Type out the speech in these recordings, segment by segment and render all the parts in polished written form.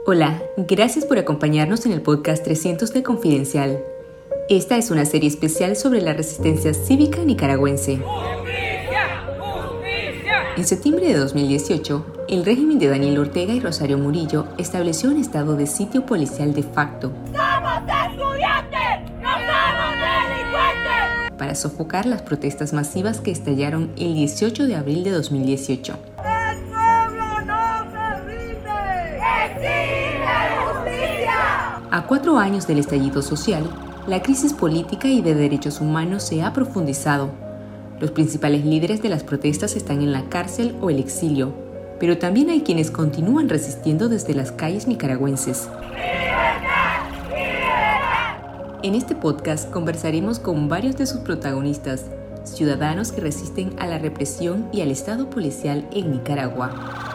Hola, gracias por acompañarnos en el podcast 300 de Confidencial. Esta es una serie especial sobre la resistencia cívica nicaragüense. ¡Justicia! ¡Justicia! En septiembre de 2018, el régimen de Daniel Ortega y Rosario Murillo estableció un estado de sitio policial de facto. ¡Somos estudiantes! ¡No somos delincuentes! Para sofocar las protestas masivas que estallaron el 18 de abril de 2018. ¡El pueblo no se rinde! ¡Exige justicia! A 4 años del estallido social, la crisis política y de derechos humanos se ha profundizado. Los principales líderes de las protestas están en la cárcel o el exilio, pero también hay quienes continúan resistiendo desde las calles nicaragüenses. ¡Libertad! ¡Libertad! En este podcast conversaremos con varios de sus protagonistas, ciudadanos que resisten a la represión y al estado policial en Nicaragua.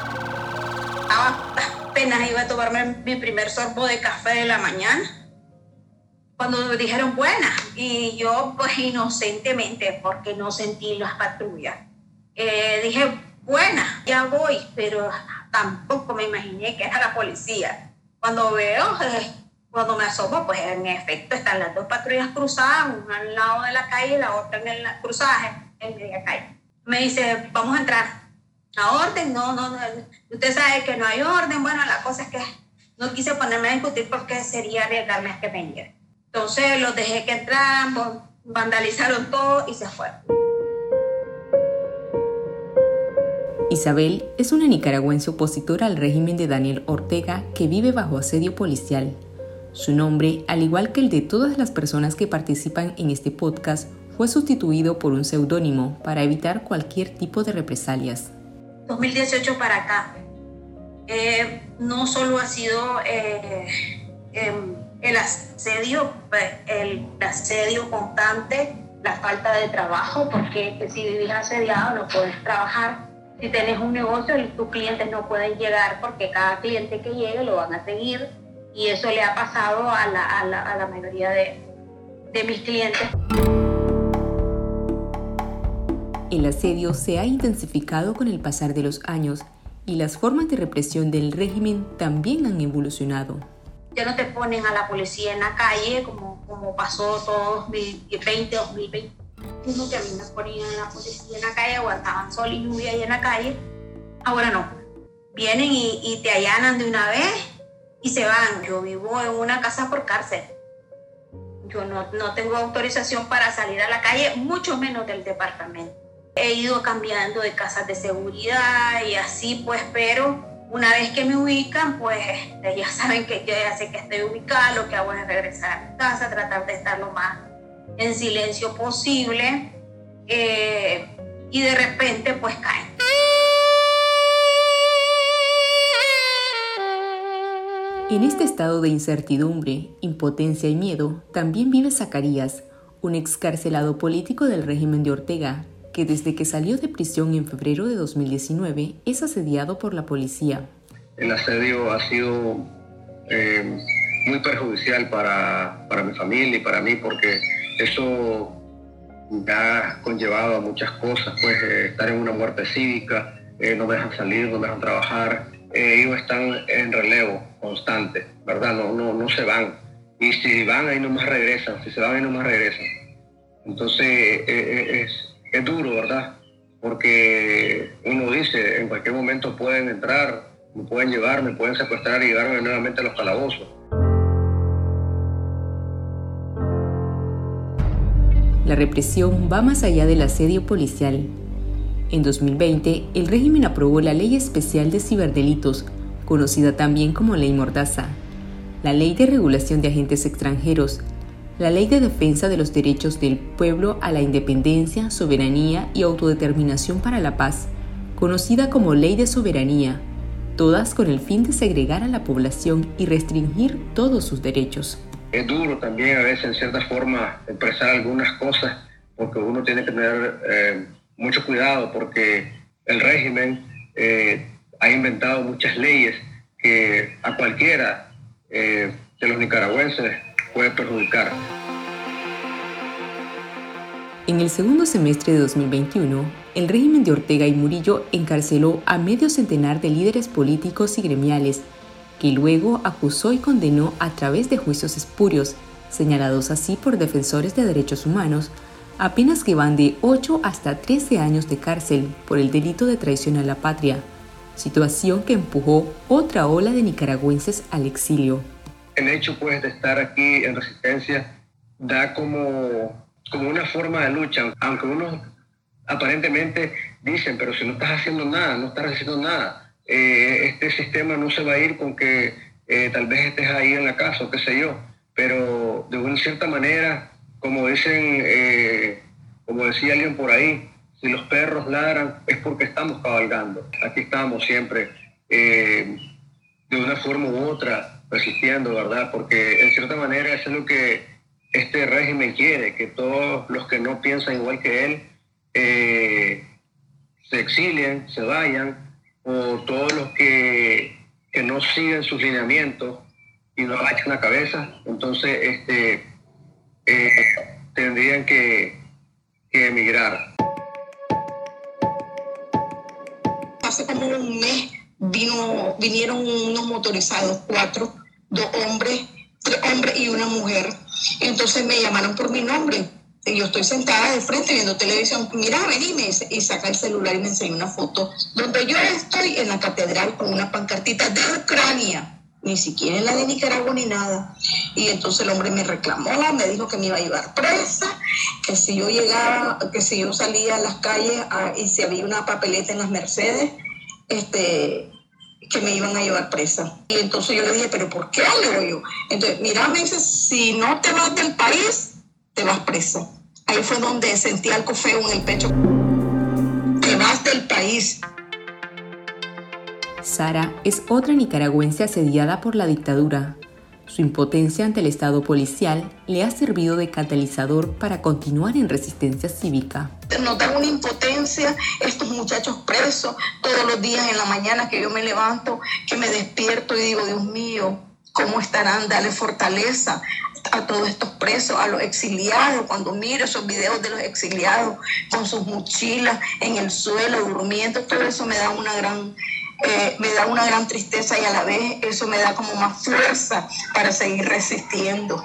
Apenas iba a tomarme mi primer sorbo de café de la mañana, cuando dijeron buena, y yo pues inocentemente, porque no sentí las patrullas, dije buena, ya voy, pero tampoco me imaginé que era la policía. Cuando cuando me asomo, pues en efecto están las dos patrullas cruzadas, una al lado de la calle y la otra en el cruzaje, en media calle. Me dice, vamos a entrar. ¿A orden? No, usted sabe que no hay orden. Bueno, la cosa es que no quise ponerme a discutir porque sería arriesgarme a que me lleven. Entonces los dejé que entraran, vandalizaron todo y se fueron. Isabel es una nicaragüense opositora al régimen de Daniel Ortega que vive bajo asedio policial. Su nombre, al igual que el de todas las personas que participan en este podcast, fue sustituido por un seudónimo para evitar cualquier tipo de represalias. 2018 para acá, no solo ha sido el asedio constante, la falta de trabajo, porque si vivís asediado no puedes trabajar. Si tenés un negocio, tus clientes no pueden llegar porque cada cliente que llegue lo van a seguir, y eso le ha pasado a la mayoría de mis clientes. El asedio se ha intensificado con el pasar de los años y las formas de represión del régimen también han evolucionado. Ya no te ponen a la policía en la calle como pasó todo 2020, 2021, que a mí me ponían la policía en la calle, aguantaban sol y lluvia ahí en la calle. Ahora no, vienen y te allanan de una vez y se van. Yo vivo en una casa por cárcel. Yo no tengo autorización para salir a la calle, mucho menos del departamento. He ido cambiando de casas de seguridad y así pues, pero una vez que me ubican, pues ya saben que yo ya sé que estoy ubicada, lo que hago es regresar a mi casa, tratar de estar lo más en silencio posible, y de repente pues caen. En este estado de incertidumbre, impotencia y miedo, también vive Zacarías, un excarcelado político del régimen de Ortega, que desde que salió de prisión en febrero de 2019 es asediado por la policía. El asedio ha sido muy perjudicial para mi familia y para mí, porque eso me ha conllevado a muchas cosas, pues estar en una muerte cívica, no me dejan salir, no me dejan trabajar, ellos están en relevo constante, ¿verdad? No se van, y si van ahí nomás regresan, si se van ahí nomás regresan. Entonces es duro, ¿verdad? Porque uno dice, en cualquier momento pueden entrar, me pueden llevar, me pueden secuestrar y llevarme nuevamente a los calabozos. La represión va más allá del asedio policial. En 2020, el régimen aprobó la Ley Especial de Ciberdelitos, conocida también como Ley Mordaza, la Ley de Regulación de Agentes Extranjeros, la Ley de Defensa de los Derechos del Pueblo a la Independencia, Soberanía y Autodeterminación para la Paz, conocida como Ley de Soberanía, todas con el fin de segregar a la población y restringir todos sus derechos. Es duro también a veces en cierta forma expresar algunas cosas, porque uno tiene que tener mucho cuidado, porque el régimen ha inventado muchas leyes que a cualquiera de los nicaragüenses puede perjudicar. En el segundo semestre de 2021, el régimen de Ortega y Murillo encarceló a medio centenar de líderes políticos y gremiales que luego acusó y condenó a través de juicios espurios, señalados así por defensores de derechos humanos, a penas que van de 8 hasta 13 años de cárcel por el delito de traición a la patria, situación que empujó otra ola de nicaragüenses al exilio. El hecho pues de estar aquí en Resistencia da como una forma de lucha, aunque unos aparentemente dicen, pero si no estás haciendo nada, no estás haciendo nada, este sistema no se va a ir con que tal vez estés ahí en la casa o qué sé yo, pero de una cierta manera, como dicen, como decía alguien por ahí, si los perros ladran es porque estamos cabalgando. Aquí estamos siempre, de una forma u otra, resistiendo, ¿verdad? Porque en cierta manera eso es lo que este régimen quiere, que todos los que no piensan igual que él se exilien, se vayan, o todos los que no siguen sus lineamientos y no agachan la cabeza, entonces tendrían que emigrar. Hace como un mes vinieron unos motorizados, 2 hombres, 3 hombres y una mujer. Entonces me llamaron por mi nombre. Y yo estoy sentada de frente viendo televisión. Mira, vení, y saca el celular y me enseña una foto donde yo estoy en la catedral con una pancartita de Ucrania, ni siquiera en la de Nicaragua ni nada. Y entonces el hombre me reclamó, me dijo que me iba a llevar presa, que si yo llegaba, que si yo salía a las calles y si había una papeleta en las Mercedes, que me iban a llevar presa. Y entonces yo le dije, ¿pero por qué? Le digo yo. Entonces, mira, me dice, si no te vas del país, te vas presa. Ahí fue donde sentí algo feo en el pecho. Te vas del país. Sara es otra nicaragüense asediada por la dictadura. Su impotencia ante el Estado policial le ha servido de catalizador para continuar en resistencia cívica. Notar una impotencia, estos muchachos presos, todos los días en la mañana que yo me levanto, que me despierto y digo, Dios mío, ¿cómo estarán? Dale fortaleza a todos estos presos, a los exiliados. Cuando miro esos videos de los exiliados con sus mochilas en el suelo, durmiendo, todo eso me da una gran tristeza y a la vez eso me da como más fuerza para seguir resistiendo.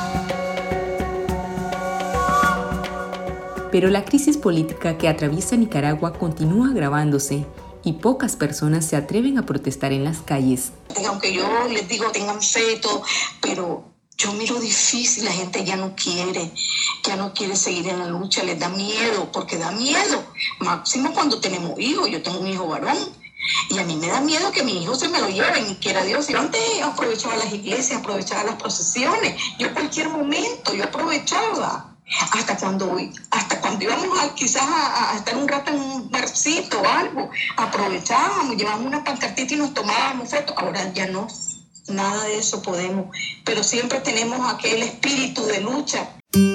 Pero la crisis política que atraviesa Nicaragua continúa agravándose y pocas personas se atreven a protestar en las calles. Aunque yo les digo tengan fe y todo, pero yo miro difícil, la gente ya no quiere seguir en la lucha, les da miedo, porque da miedo, máximo cuando tenemos hijos. Yo tengo un hijo varón y a mí me da miedo que mi hijo se me lo lleven y quiera Dios. Yo antes aprovechaba las iglesias, aprovechaba las procesiones, yo cualquier momento, yo aprovechaba. Hasta cuando íbamos quizás a estar un rato en un barcito o algo, aprovechábamos, llevábamos una pancartita y nos tomábamos fotos. Ahora ya no, nada de eso podemos, pero siempre tenemos aquel espíritu de lucha.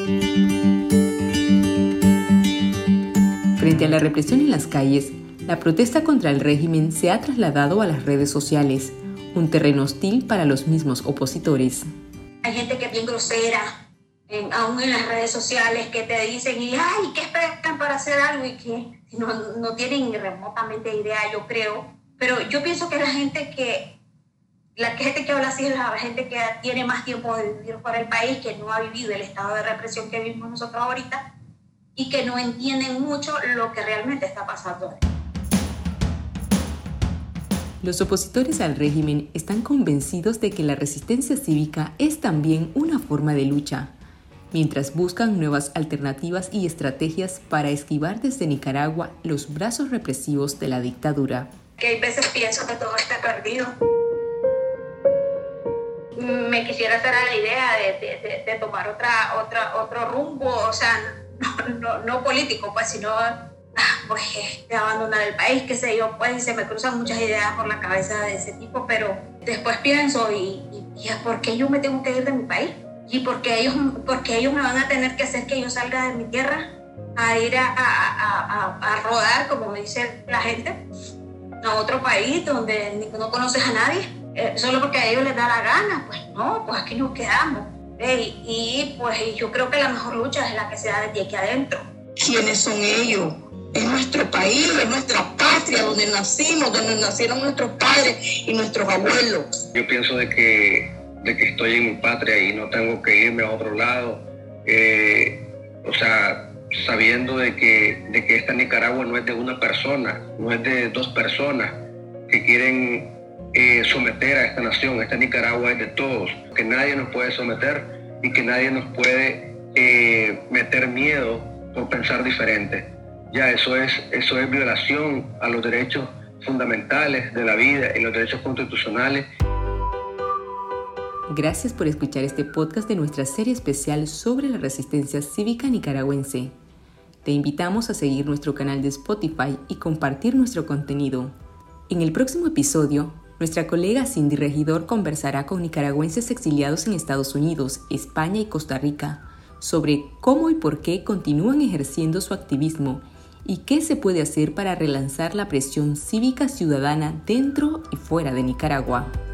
Frente a la represión en las calles, la protesta contra el régimen se ha trasladado a las redes sociales, un terreno hostil para los mismos opositores. Hay gente que es bien grosera, aún en las redes sociales, que te dicen, ay, ¿qué esperan para hacer algo? Y que no tienen ni remotamente idea, yo creo. Pero yo pienso que la gente que habla así es la gente que tiene más tiempo de vivir fuera del país, que no ha vivido el estado de represión que vivimos nosotros ahorita y que no entienden mucho lo que realmente está pasando. Los opositores al régimen están convencidos de que la resistencia cívica es también una forma de lucha, mientras buscan nuevas alternativas y estrategias para esquivar desde Nicaragua los brazos represivos de la dictadura. Que hay veces pienso que todo está perdido. Me quisiera hacer a la idea de tomar otro rumbo, o sea, no político, pues, sino pues, de abandonar el país, qué sé yo, pues, y se me cruzan muchas ideas por la cabeza de ese tipo, pero después pienso, ¿y por qué yo me tengo que ir de mi país? ¿Y por qué ellos me van a tener que hacer que yo salga de mi tierra a ir a rodar, como me dice la gente, a otro país donde no conoces a nadie, solo porque a ellos les da la gana? Pues no, pues aquí nos quedamos. Y pues yo creo que la mejor lucha es la que se da desde aquí adentro. ¿Quiénes son ellos? Es nuestro país, es nuestra patria, donde nacimos, donde nacieron nuestros padres y nuestros abuelos. Yo pienso de que estoy en mi patria y no tengo que irme a otro lado. Sabiendo de que esta Nicaragua no es de una persona, no es de dos personas que quieren someter a esta nación. Esta Nicaragua es de todos, que nadie nos puede someter y que nadie nos puede meter miedo por pensar diferente. Ya eso es violación a los derechos fundamentales de la vida y los derechos constitucionales. Gracias por escuchar este podcast de nuestra serie especial sobre la resistencia cívica nicaragüense. Te invitamos a seguir nuestro canal de Spotify y compartir nuestro contenido. En el próximo episodio, nuestra colega Cindy Regidor conversará con nicaragüenses exiliados en Estados Unidos, España y Costa Rica sobre cómo y por qué continúan ejerciendo su activismo y qué se puede hacer para relanzar la presión cívica ciudadana dentro y fuera de Nicaragua.